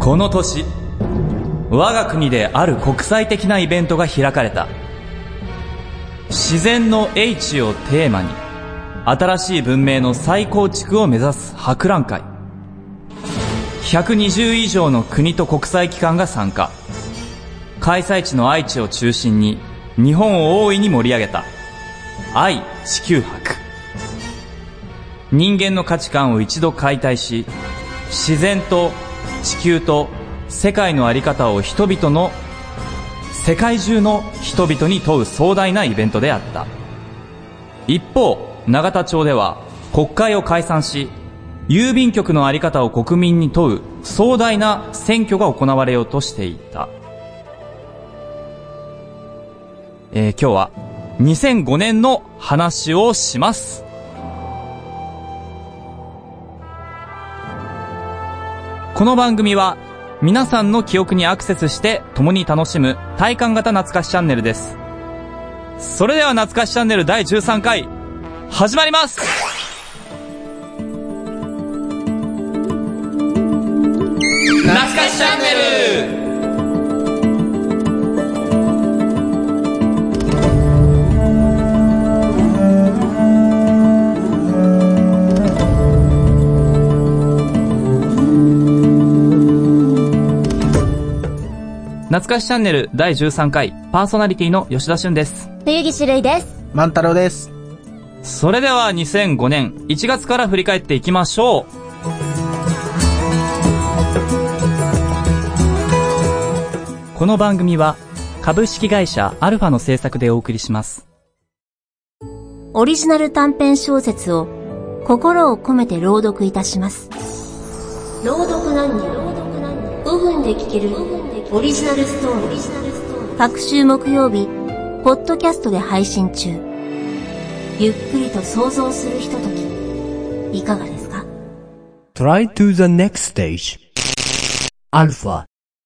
この年、我が国である国際的なイベントが開かれた。自然の英知をテーマに、新しい文明の再構築を目指す博覧会。120以上の国と国際機関が参加。開催地の愛知を中心に日本を大いに盛り上げた愛・地球博。人間の価値観を一度解体し、自然と地球と世界の在り方を世界中の人々に問う壮大なイベントであった。一方、永田町では国会を解散し、郵便局の在り方を国民に問う壮大な選挙が行われようとしていた。今日は2005年の話をします。この番組は皆さんの記憶にアクセスして共に楽しむ体感型懐かしチャンネルです。それでは懐かしチャンネル第13回始まります。懐かしチャンネル。懐かしチャンネル第13回パーソナリティの吉田俊です。 冬木種類です。 万太郎です。 それでは2005年1月から振り返っていきましょう。この番組は株式会社アルファの制作でお送りします。 オリジナル短編小説を心を込めて朗読いたします。朗読何人5分で聞けるオリジナルストーリー。各週木曜日ポッドキャストで配信中。ゆっくりと想像するひととき、いかがですか？ Try to the next stage. Alpha。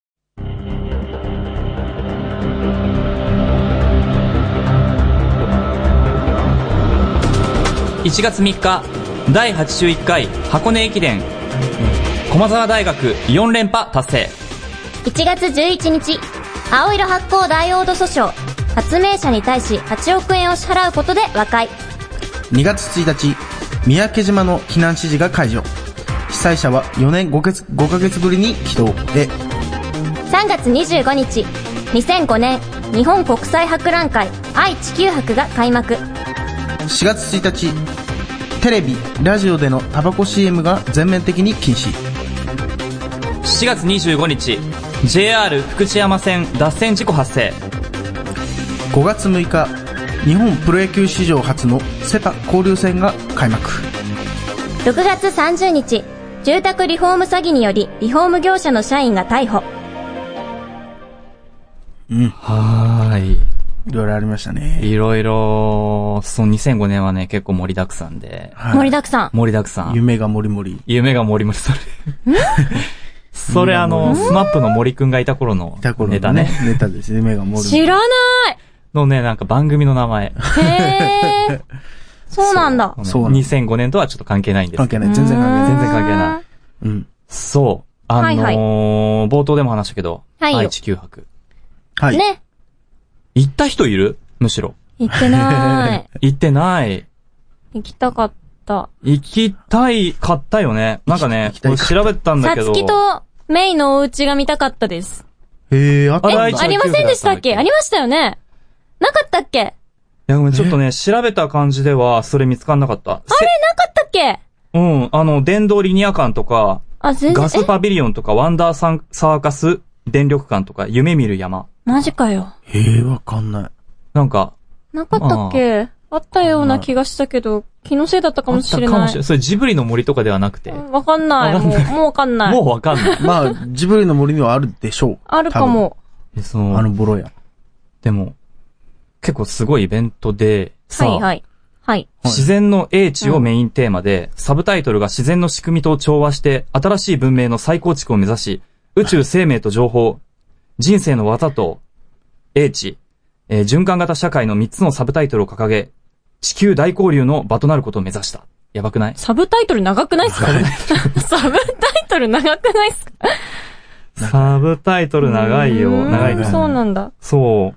1月3日第81回箱根駅伝駒澤大学4連覇達成。 1月11日、青色発行ダイオード訴訟。発明者に対し8億円を支払うことで和解。 2月1日、三宅島の避難指示が解除。被災者は4年5ヶ月ぶりに帰島へ。 3月25日、2005年日本国際博覧会愛・地球博が開幕。 4月1日、テレビ、ラジオでのタバコ CM が全面的に禁止。 4月25日、JR 福知山線脱線事故発生。 5月6日、日本プロ野球史上初のセパ交流戦が開幕。 6月30日、住宅リフォーム詐欺によりリフォーム業者の社員が逮捕。 はーい。 いろいろありましたね。 いろいろ、2005年はね、結構盛りだくさんで。 はい、 盛りだくさん。 盛りだくさん。 夢がもりもり。 夢がもりもり、それ。それスマップの森くんがいた頃のネタね。 ネタです。夢がもりもり。 知らないのね、なんか番組の名前。 へー。そうなんだ。 そう。2005年とはちょっと関係ないんです。 関係ない。全然関係ない。 全然関係ない。 うん。 そう。 はいはい、 冒頭でも話したけど、 はい、 愛・地球博。 はい。 ね。 行った人いる？むしろ。 行ってない。 行ってない。 行きたかった。 行きたいかったよね。なんかね、これ調べたんだけど。 さつきとメイのお家が見たかったです。 へー、あったんだ。 ありませんでしたっけ？ありましたよね。なかったっけ？ いや、ごめん、ちょっとね、調べた感じでは、それ見つかんなかった。 あれ、なかったっけ？ うん、電動リニアカンとか、ガスパビリオンとか、ワンダーサーカス電力館とか、夢見る山。 マジかよ。 わかんない。 なんか。 なかったっけ？あったような気がしたけど、気のせいだったかもしれない。あったかもしれない。 それジブリの森とかではなくて。 わかんない。もうわかんない。 もうわかんない。 まあ、ジブリの森にはあるでしょう。 あるかも。 ボロや。 でも、結構すごいイベントで、 はい。 自然の英知をメインテーマで、サブタイトルが自然の仕組みと調和して、新しい文明の再構築を目指し、宇宙生命と情報、人生の技と英知、循環型社会の3つのサブタイトルを掲げ、地球大交流の場となることを目指した。やばくない？ サブタイトル長くないっすか？サブタイトル長くないっすか？ サブタイトル長いよ。長いです。 そうなんだ。 そう。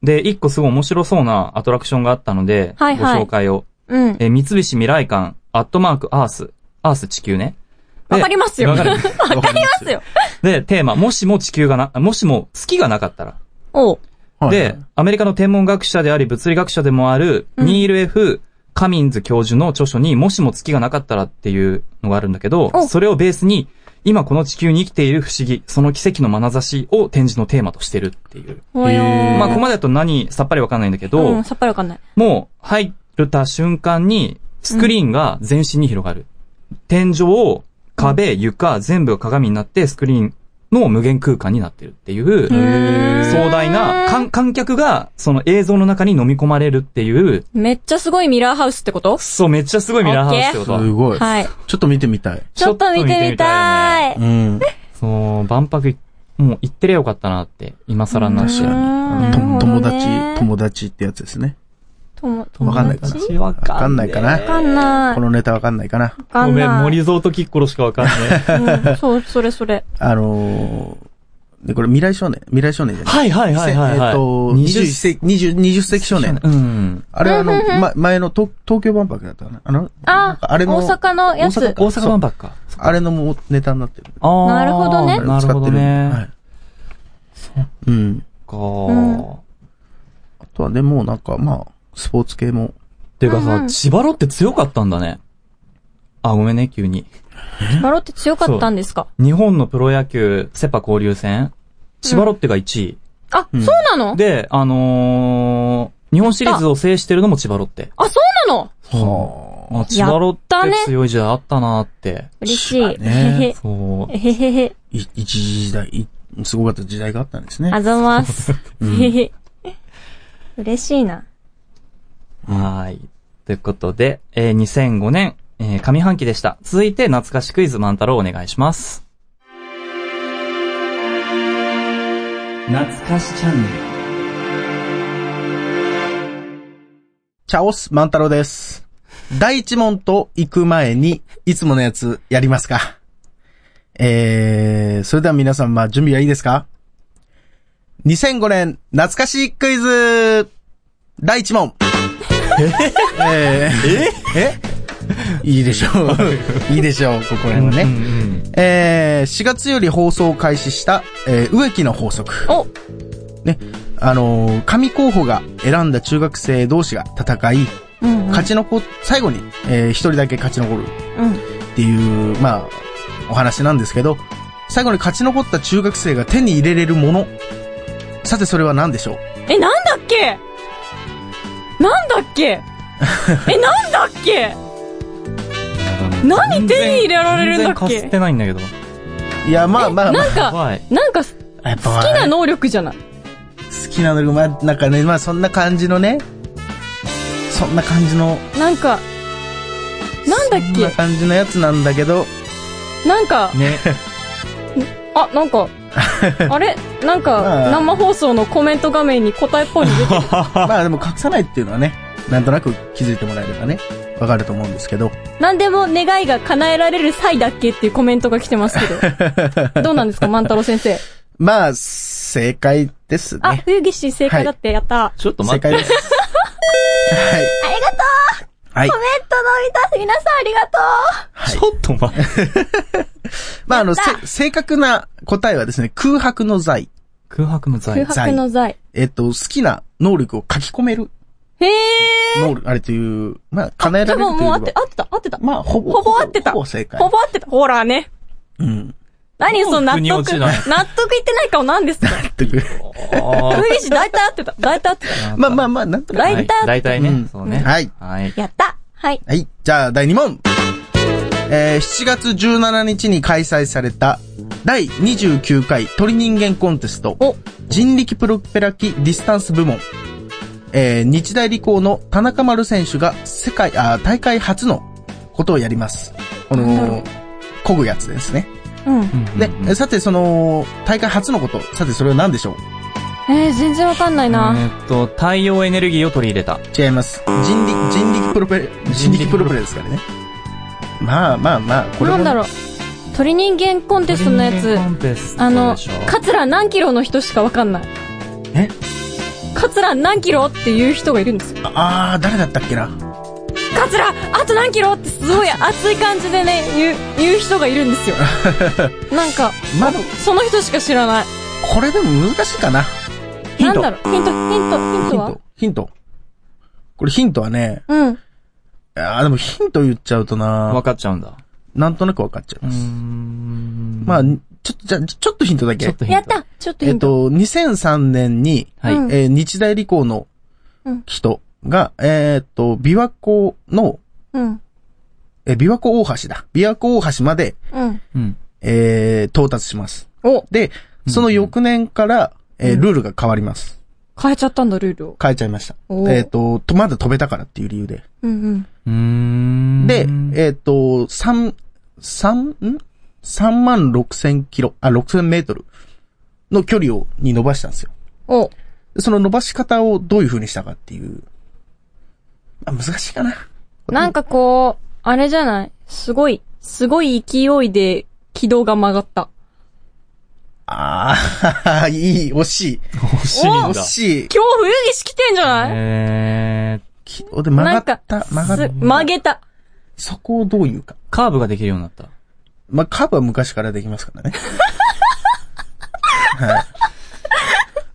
で、一個すごい面白そうなアトラクションがあったので、 はいはい、 ご紹介を。 うん。 三菱未来館、アース。アース地球ね。 わかりますよ。わかりますよ。 で、テーマ、もしも月がなかったら。 おう。 で、アメリカの天文学者であり物理学者でもある、ニール F. カミンズ教授の著書にもしも月がなかったらっていうのがあるんだけど、それをベースに、今この地球に生きている不思議、その奇跡の眼差しを展示のテーマとしてるっていう。まあ、ここまでだとさっぱりわかんないんだけど、 さっぱりわかんない。 もう、入った瞬間に、スクリーンが全身に広がる。天井、壁、床、全部が鏡になってスクリーンの無限空間になってるっていう、壮大な、観客がその映像の中に飲み込まれるっていう。 めっちゃすごいミラーハウスってこと？ そう、めっちゃすごいミラーハウスってこと。 すごい。 はい。 ちょっと見てみたい。 ちょっと見てみたい。 うん。 そう、万博、もう行ってりゃよかったなって、今更なし。 友達ってやつですね。わかんないかな。わかんないかな。 わかんない。 このネタわかんないかな。 ごめん、森蔵とキッコロしかわかんない。 そう、それ。 で、これ未来少年じゃない。 はい。 20世紀少年。 うん。 あれ前の東京万博だったかな。あれの。 大阪のやつ。 大阪万博か。 あれのネタになってる。 なるほどね。 なるほどね。はい。 うん。 あとはね、もうなんか、まあ、スポーツ系も。 てかさ、千葉ロって強かったんだね。あ、ごめんね、急に。 千葉ロって強かったんですか？ 日本のプロ野球、セパ交流戦、千葉ロッテが1位。 あ、そうなの？ で、日本シリーズを制してるのも千葉ロッテ。 あ、そうなの？ はあ。千葉ロッテ強い時代あったなーって。 嬉しい。 そう。 一時代、すごかった時代があったんですね。 あざます。嬉しいな。 はい。ということで、2005年、上半期でした。続いて、懐かしクイズ万太郎お願いします。懐かしチャンネル。 チャオス万太郎です。第一問と行く前に、いつものやつやりますか。それでは皆さん、準備はいいですか？ 2005 年懐かしいクイズ第一問。いいでしょう。いいでしょう、ここら辺はね。4月より放送を開始した、植木の法則。ね、神候補が選んだ中学生同士が戦い、最後に、一人だけ勝ち残る。っていう、お話なんですけど、最後に勝ち残った中学生が手に入れれるもの。さて、それは何でしょう？ なんだっけなんだっけ何手に入れられるんだっけ？ 全然かすってないんだけど。 いや、なんか、 好きな能力じゃない？ 好きな能力、なんかね、そんな感じのね。そんな感じの。 なんだっけ？ そんな感じのやつなんだけど。 なんか。 ね。 あれ生放送のコメント画面に答えっぽいの出てる。 でも隠さないっていうのはね、なんとなく気づいてもらえればね、わかると思うんですけど。 なんでも願いが叶えられる際だっけっていうコメントが来てますけど。どうなんですか、万太郎先生。 正解ですね。 あ、冬木氏正解だって、やった。 ちょっと待って。 正解です。はい。 ありがとう。はい。コメントの皆さんありがとう。 ちょっと待って。 正確な答えはですね、空白の財。 空白の財。 好きな能力を書き込める。あれという、叶えられるという。 多分もう合ってた。 ほぼ合ってた。 ほぼ正解。ほぼ合ってた。ほらね。何その納得いってない顔なんですか？納得。冬木氏大体合ってた。なんとか。 大体ね。そうね。 はい。 やった。はい。 はい。じゃあ、第2問。7月17日に開催された第29回鳥人間コンテスト人力プロペラ機ディスタンス部門、日大理工の田中丸選手が大会初のことをやります。漕ぐやつですね。で、さてその大会初のこと、さてそれは何でしょう？ 全然わかんないな。 太陽エネルギーを取り入れた。 違います。人力プロペラですからね。これも。 なんだろう。 鳥人間コンテストのやつ。桂何キロの人しかわかんない。桂何キロっていう人がいるんですよ。 誰だったっけな。 桂あと何キロってすごい熱い感じでね、言う人がいるんですよ。なんか、その人しか知らない。 これでも難しいかな。 なんだろう、ヒントはヒント。これヒントはね、でもヒント言っちゃうとな。 分かっちゃうんだ。 なんとなく分かっちゃいます。まあ、ちょっとヒントだけ。 やったちょっとヒント。 2003年に、日大理工の人が、琵琶湖の、琵琶湖大橋だ。琵琶湖大橋まで、到達します。で、その翌年から、ルールが変わります。 変えちゃったんだ、ルールを。 変えちゃいました。まだ飛べたからっていう理由で。で、3万6000キロ、6000メートルの距離に伸ばしたんですよ。その伸ばし方をどういう風にしたかっていう。難しいかな。 なんかこう、あれじゃない？すごい勢いで軌道が曲がった。 いい、惜しい。 惜しい。 今日冬着着てんじゃない？ 軌道で曲げた。 そこをどういうか。 カーブができるようになった。 カーブは昔からできますからね。はい。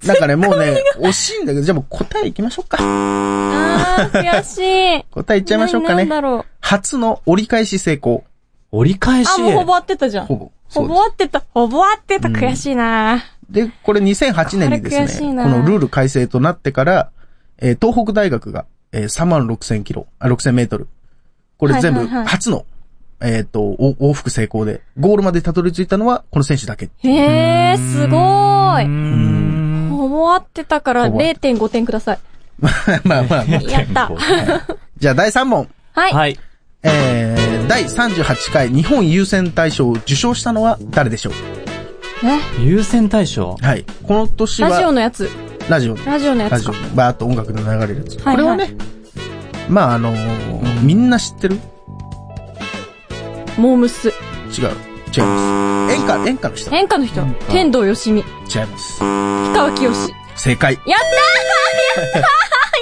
なんかね、もうね、惜しいんだけど、じゃあもう答え行きましょうか。 悔しい。 答え行っちゃいましょうかね。 なんだろう。 初の折り返し成功。 折り返し？ もうほぼ合ってたじゃん。ほぼ合ってた。悔しいな。 で、これ2008年にですね、このルール改正となってから、東北大学が、3万6000メートル。これ全部、初の、往復成功で、ゴールまでたどり着いたのは、この選手だけ。 すごーい。ほぼ合ってたから 0.5 点ください。 まあ。 やった。 じゃあ第3問。 はい。 第38回日本優先大賞を受賞したのは誰でしょう？ 優先大賞？ はい。この年は。 ラジオのやつ。 ラジオのやつ。ラジオのバーっと音楽で流れるやつ。これはね、まあみんな知ってる？ モームス。 違います。演歌の人。 演歌の人。天童よしみ。違います。 氷川きよし。 正解。 やったー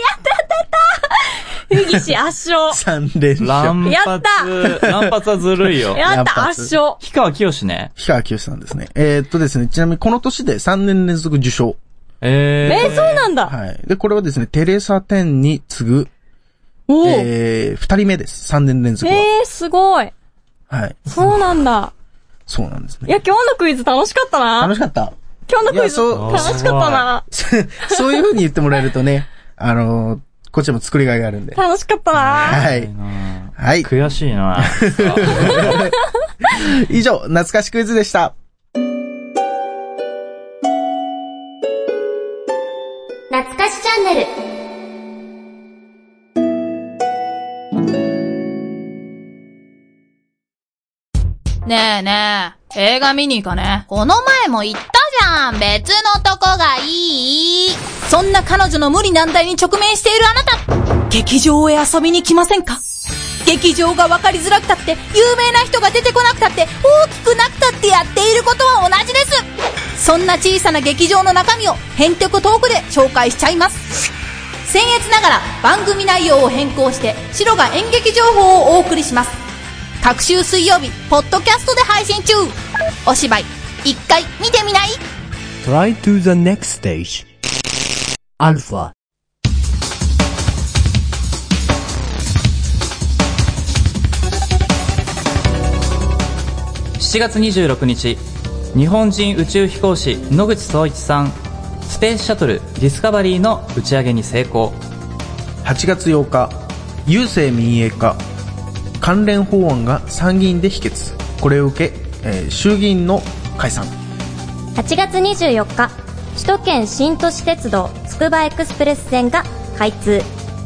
ふぎし圧勝。 3連勝。 やった乱発はずるいよ。 やった圧勝。 氷川きよしね。 氷川きよしさんですね。ですね、ちなみにこの年で3年連続受賞。 そうなんだ。 はい。で、これはですね、テレサ10に次ぐ、2人目です。3年連続は。 すごい。 はい。 そうなんだ。 そうなんですね。 いや、今日のクイズ楽しかったな。 楽しかった。 今日のクイズ楽しかったな。 そういう風に言ってもらえるとね、こっちも作りがいがあるんで。 楽しかったな。 はい。はい。 悔しいな。 以上、懐かしクイズでした。 懐かしチャンネル。 ねえねえ、映画見に行かね。この前も言ったじゃん。別のとこがいい。そんな彼女の無理難題に直面しているあなた、劇場へ遊びに来ませんか？劇場が分かりづらくたって、有名な人が出てこなくたって、大きくなくたってやっていることは同じです。そんな小さな劇場の中身を編曲トークで紹介しちゃいます。僭越ながら番組内容を変更して白が演劇情報をお送りします。各週水曜日ポッドキャストで配信中。お芝居一回見てみない？ Try to the next stage. Alpha。 7月26日、日本人宇宙飛行士野口聡一さん、スペースシャトルディスカバリーの打ち上げに成功。 8月8日、郵政民営化関連法案が参議院で否決。これを受け、衆議院の解散。 8月24日、首都圏新都市鉄道つくばエクスプレス線が開通。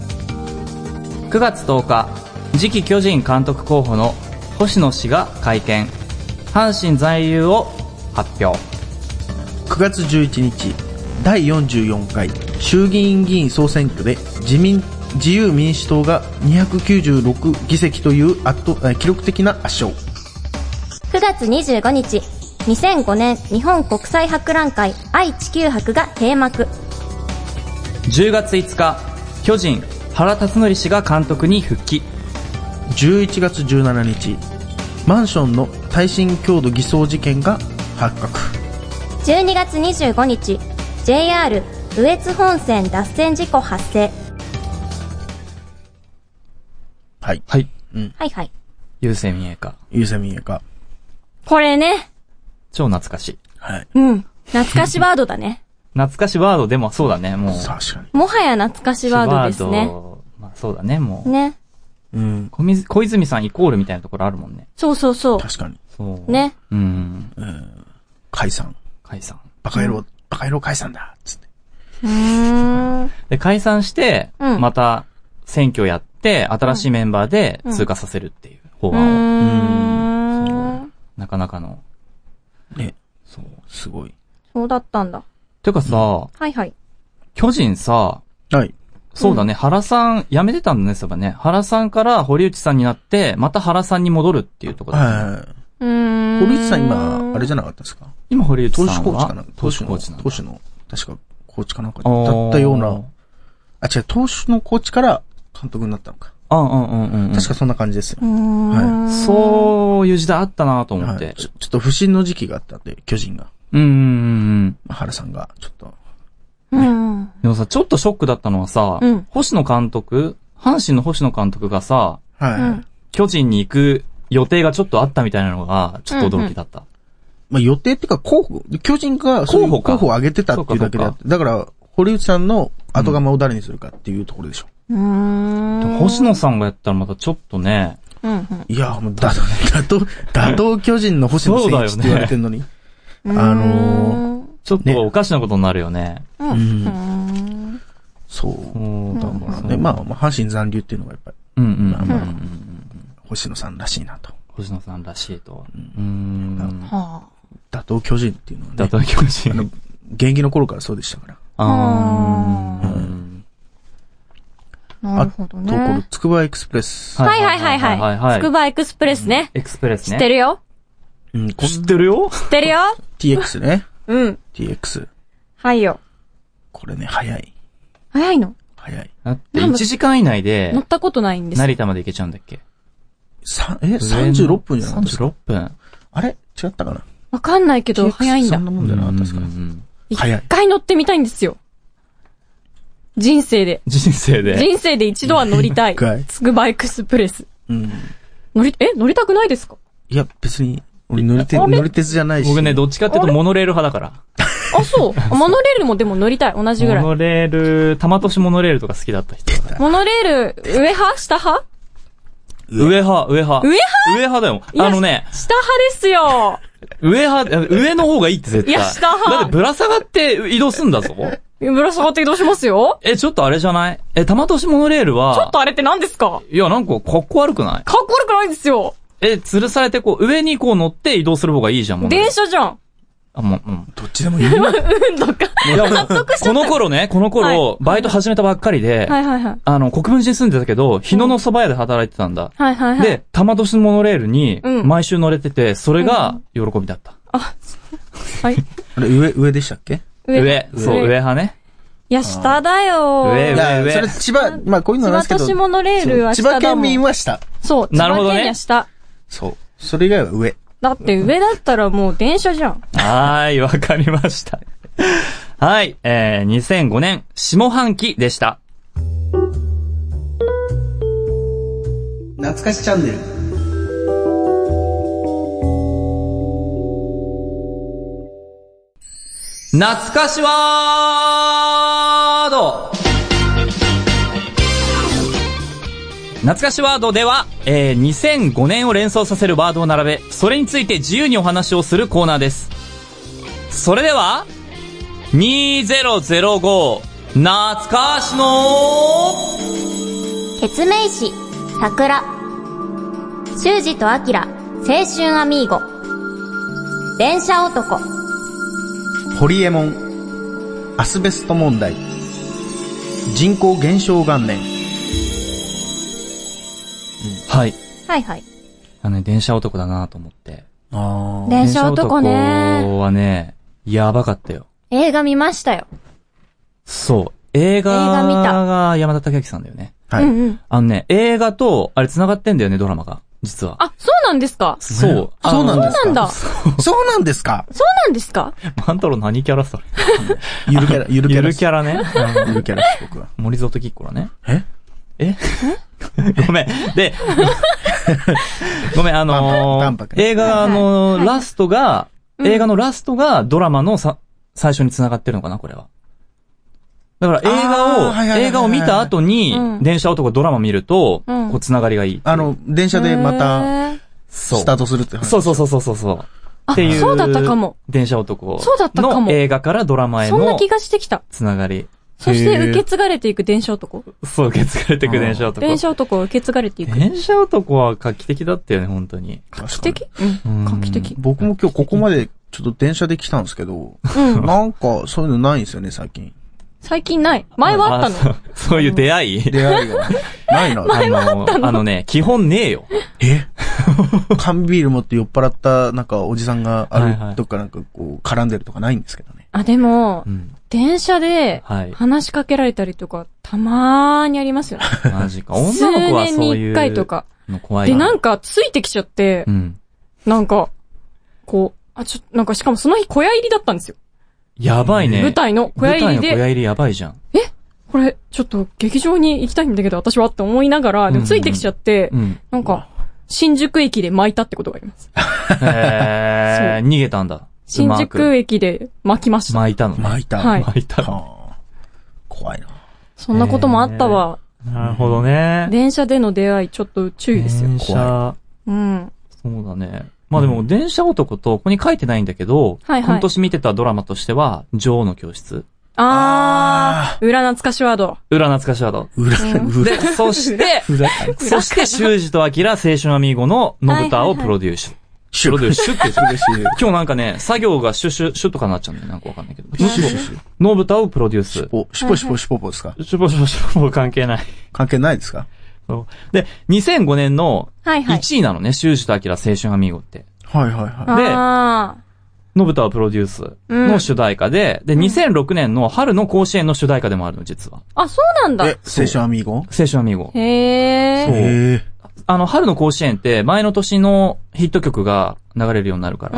9月10日、次期巨人監督候補の星野氏が会見。阪神在留を発表。 9月11日、第44回衆議院議員総選挙で自由民主党が296議席という記録的な圧勝。 9 9月25日、2005年日本国際博覧会愛・地球博が閉幕。 10月5日、巨人原辰徳氏が監督に復帰。 11月17日、マンションの耐震強度偽装事件が発覚。 12月25日、JR 羽越本線脱線事故発生。 はい。 はい。 はいはい。 郵政民営化。 郵政民営化。 これね。 超懐かしい。 はい。 懐かしワードだね。 懐かしワードでもそうだね、もう。 確かに。 もはや懐かしワードですね。 まあそうだね、もう。 ね。 小泉さんイコールみたいなところあるもんね。 そうそうそう。 確かに。 そう。 ね。 解散。バカ野郎解散だつって。 で、解散して、また選挙やって、新しいメンバーで通過させるっていう法案を。なかなかの。 ね。そう、すごい。 そうだったんだ。 てかさ、 はいはい。 巨人さ、 はい。 そうだね、原さん、辞めてたんだね、そういえばね。原さんから堀内さんになって、また原さんに戻るっていうところだね。 はい。堀内さん今、あれじゃなかったですか？ 今堀内さんは投手コーチかな？投手の、確かコーチかなんかだったような。あ、違う、投手のコーチから監督になったのか。確かそんな感じですよ。 はい。そういう時代あったなと思って。 ちょっと不審の時期があったんで、巨人が。原さんが、ちょっと。 でもさ、ちょっとショックだったのはさ、星野監督、阪神の星野監督がさ、巨人に行く予定がちょっとあったみたいなのが、ちょっと驚きだった。 まあ予定っていうか候補、巨人が候補を上げてたっていうだけであって、だから、堀内さんの後釜を誰にするかっていうところでしょ。 星野さんがやったらまたちょっとね。 いや、もう打倒巨人の星野選手って言われてんのに。 ちょっとおかしなことになるよね。 そう。だからね、まあ、阪神残留っていうのがやっぱり。星野さんらしいなと。 星野さんらしいと。 打倒巨人っていうのはね。 打倒巨人。 現役の頃からそうでしたから。 なるほどね。 あと、これ、つくばエクスプレス。 はい。つくばエクスプレスね。 エクスプレスね。 知ってるよ。 知ってるよ。 TX ね。TX。 はいよ。 これね、早い。 早いの？ 早い。 だって1時間以内で。 乗ったことないんです。 成田まで行けちゃうんだっけ ？36分じゃなかった 36分。 あれ違ったかな？ わかんないけど、早いんだ。 そんなもんだな、確かに。早い。 一回乗ってみたいんですよ。人生で一度は乗りたい。つくばエクスプレス。乗りたくないですか？ いや、別に、俺乗り鉄じゃないし。 僕ね、どっちかっていうとモノレール派だから。 あ、そう。モノレールもでも乗りたい。同じぐらい。 モノレール、玉都市モノレールとか好きだった人だから。 モノレール、上派？下派？ 上派だよ。下派ですよ。 上の方がいいって絶対。 いや、下派。 だってぶら下がって移動すんだぞ。 ぶら下がって移動しますよ。 ちょっとあれじゃない？玉都市モノレールは。 ちょっとあれって何ですか？ いや、なんかかっこ悪くない？ かっこ悪くないですよ。 吊るされて上に乗って移動する方がいいじゃん、もう。 電車じゃん。 どっちでもいいよ。 とか。 この頃、バイト始めたばっかりで、国分寺に住んでたけど、日野の蕎麦屋で働いてたんだ。で、玉都市モノレールに、毎週乗れてて、それが、喜びだった。 はい。 あれ、上でしたっけ？ 上派ね。 いや、下だよ。 上。 それ千葉、まあこういうのなんですけど。 千葉都市モノレールは下だもん。 千葉県民は下。 そう、 なるほどね。 千葉県民は下。 そう。それ以外は上。 だって上だったらもう電車じゃん。 わかりました。はい、2005年下半期でした。 懐かしチャンネル。 懐かしワード。懐かしワードでは、2005年を連想させるワードを並べ、それについて自由にお話をするコーナーです。それでは、2005懐かしのケツメイシ、桜、修二とアキラ、青春アミーゴ、電車男、 ホリエモン、アスベスト問題、人口減少元年。 はい。 はいはい。 電車男だなと思って。 電車男ね。 電車男はね、やばかったよ。 映画見ましたよ。 そう。映画見たが山田孝之さんだよね。 はい。 映画と、あれ繋がってんだよね、ドラマが。実は。 あ、そうなんですか？ そう。 そうなんですか？ そうなんだ。 そうなんですか？ そうなんですか？ マンタロ何キャラそれ？ ゆるキャラ、ゆるキャラ。 ゆるキャラね。 ゆるキャラです、僕は。 森蔵とキッコラね。 えごめん。で、ごめん、映画のラストがドラマの最初に繋がってるのかな、これは。だから映画を見た後に、電車男ドラマ見ると、こう繋がりがいい。 電車でまた、スタートするって話。 そう。っていう。 そうだったかも。 電車男そうだったかも。 の映画からドラマへの。 そんな気がしてきた。 繋がり。 そして受け継がれていく電車男。 そう、受け継がれていく電車男。 電車男は受け継がれていく。 電車男は画期的だったよね、本当に。 画期的？画期的。 僕も今日ここまでちょっと電車で来たんですけど、なんかそういうのないんですよね、最近。 最近ない。前はあったの。 そういう出会いが。ないな。 前はあったの。 基本ねえよ。 缶ビール持って酔っ払った、なんかおじさんがあるとかなんかこう絡んでるとかないんですけどね。 あ、でも、電車で話しかけられたりとか、たまーにありますよね。 マジか。女の子はそういう。数年に一回とか。 で、なんかついてきちゃって、なんか、こう、なんかしかもその日小屋入りだったんですよ。 やばいね。 舞台の小屋入りで。 小屋入りやばいじゃん。 これ、ちょっと劇場に行きたいんだけど、私はって思いながら、でもついてきちゃって、なんか、新宿駅で巻いたってことがあります。 逃げたんだ。 新宿駅で巻きました。 巻いたの。 巻いた。 はい。 巻いた。 怖いな。 そんなこともあったわ。 なるほどね。 電車での出会い、ちょっと注意ですよ。 電車。そうだね。まあでも、電車男と、ここに書いてないんだけど、今年見てたドラマとしては、女王の教室。 裏懐かしワード。 裏懐かしワード。で、そして、修二と明、青春アミーゴののぶたをプロデュース。プロデュースって今日なんかね、作業がシュとかなっちゃうんだよ。なんかわかんないけど。のぶたをプロデュース。 シュポですか？ シュポ関係ない。 関係ないですか？ で、2005年の1位なのね、修二と明、青春アミーゴって。で、のぶたはプロデュースの主題歌で、で、2006年の春の甲子園の主題歌でもあるの、実は。 あ、そうなんだ。 青春アミーゴ？ 青春アミーゴ。 へー。そう。春の甲子園って前の年のヒット曲が流れるようになるから。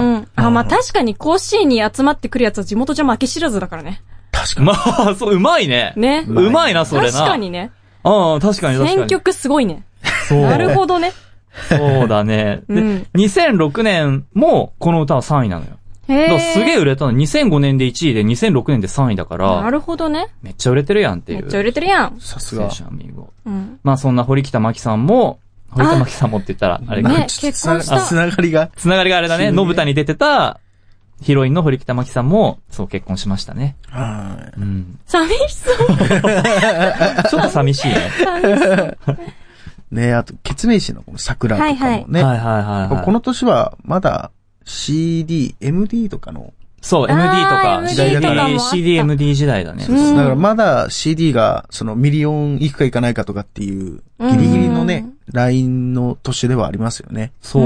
まあ確かに甲子園に集まってくるやつは地元じゃ負け知らずだからね。 確かに。 まあ、そう、うまいね。 ね。 うまいな、それな。 確かにね。 確かに。 選曲すごいね。なるほどね。 そうだね。で、2006年もこの歌は3位なのよ。すげえ売れたの。2005年で1位で2006年で3位だから。 なるほどね。 めっちゃ売れてるやんっていう。 めっちゃ売れてるやん。 さすが。 青春アミーゴ。まあそんな堀北真希さんも、堀北真希さんもって言ったら、あれが。 ね、結婚した。 つながりがあれだね。のぶたに出てた、ヒロインの堀北真希さんも、そう結婚しましたね。 寂しそう。 ちょっと寂しいね。 寂しそう。 ね、あと、ケツメイシのこの桜とかもね。この年はまだ CD、MD とかの。 そう、MD とか、CD、MD 時代だね。 だからまだ CD が、そのミリオンいくかいかないかとかっていう、ギリギリのね、ラインの年ではありますよね。 そう。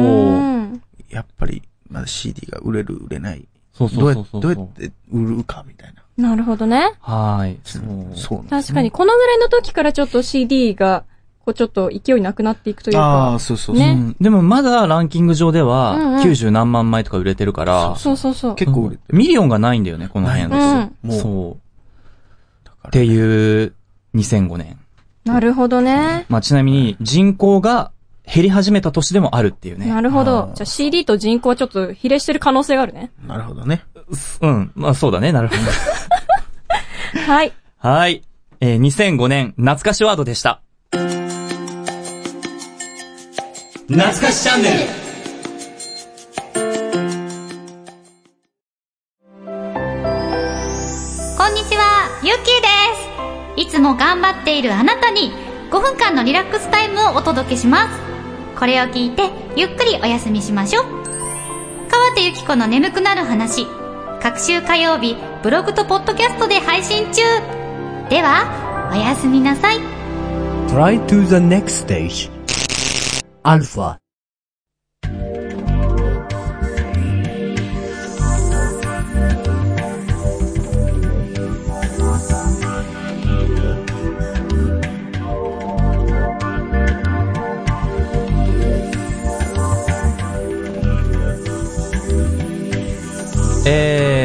やっぱり、まだ CD が売れる、売れない。 そう。 どうやって売るかみたいな。 なるほどね。 はい。 そう。 確かに、このぐらいの時からちょっと CD が、こうちょっと勢いなくなっていくというか。 そう。 ね。 でもまだランキング上では、90何万枚とか売れてるから。 そう。 結構売れてる。 ミリオンがないんだよね、この辺ですよ。そう。っていう2005年。 なるほどね。 まあちなみに人口が減り始めた年でもあるっていうね。 なるほど。じゃあ CD と人口はちょっと比例してる可能性があるね。 なるほどね。 まあそうだね、なるほど。 はい。 はい。2005年懐かしワードでした。懐かしチャンネル。 こんにちは、ゆっきーです。いつも頑張っているあなたに5分間のリラックスタイムをお届けします。これを聞いてゆっくりお休みしましょう。川手ゆき子の眠くなる話、各週火曜日ブログとポッドキャストで配信中。ではおやすみなさい。 Try to the next stage. アルファ。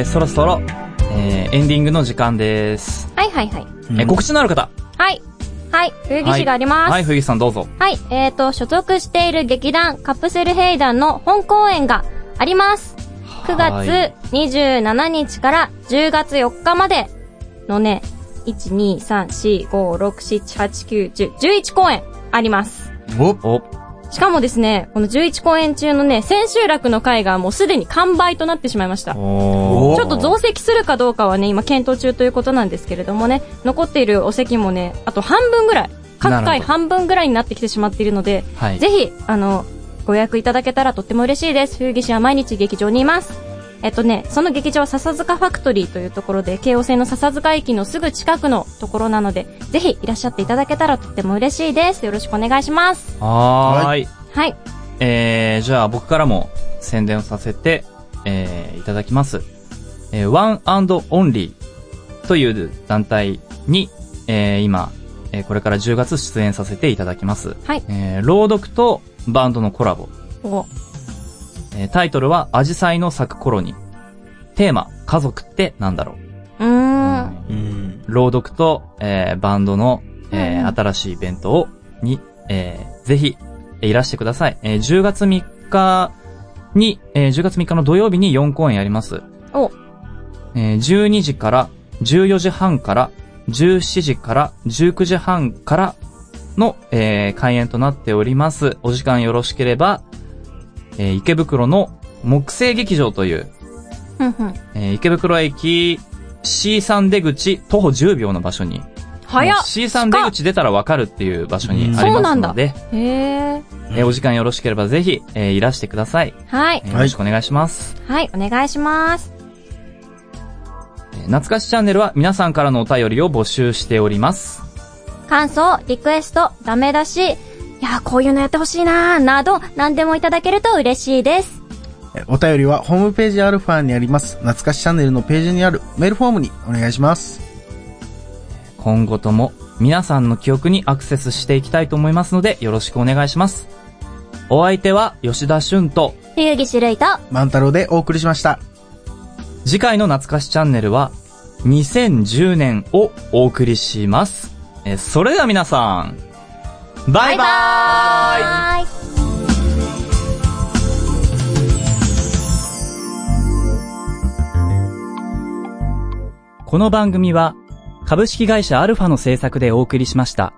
そろそろ、エンディングの時間です。 はいはいはい。 告知のある方。 はい。はい。冬木氏があります。 はい、冬木さんどうぞ。 はい。所属している劇団カプセル兵団の本公演があります。9月27日から10月4日までのね、1、2、3、4、5、6、7、8、9、10、11公演あります。しかもですね、この11公演中のね、千秋楽の回がもうすでに完売となってしまいました。ちょっと増席するかどうかはね、今検討中ということなんですけれどもね、残っているお席もね、あと半分ぐらい、各回半分ぐらいになってきてしまっているので、ぜひ、ご予約いただけたらとっても嬉しいです。冬木氏は毎日劇場にいます。その劇場は笹塚ファクトリーというところで、京王線の笹塚駅のすぐ近くのところなので、ぜひいらっしゃっていただけたらとっても嬉しいです。よろしくお願いします。 はい。 はい。 じゃあ僕からも宣伝をさせて、いただきます。One and Only という団体に、今、これから10月出演させていただきます。 はい。 朗読とバンドのコラボ。タイトルは、アジサイの咲く頃に。テーマ、家族ってなんだろう。朗読と、バンドの、新しいイベントに、ぜひ、いらしてください。10月3日に、10月3日の土曜日に4公演やります。12時から、14時半から、17時から、19時半からの、開演となっております。お時間よろしければ、池袋の木星劇場という、池袋駅 C3 出口徒歩10秒の場所に、C3 出口出たらわかるっていう場所にありますので、お時間よろしければぜひ、いらしてください。 はい。 よろしくお願いします。 はい、お願いします。 懐かしチャンネルは皆さんからのお便りを募集しております。 感想、リクエスト、ダメ出し、いや、こういうのやってほしいななど、何でもいただけると嬉しいです。 お便りはホームページアルファにあります懐かしチャンネルのページにあるメールフォームにお願いします。 今後とも皆さんの記憶にアクセスしていきたいと思いますのでよろしくお願いします。お相手は吉田俊と冬木種類と万太郎でお送りしました。 次回の懐かしチャンネルは2010年をお送りします。それでは皆さんバイバーイ。この番組は株式会社アルファの制作でお送りしました。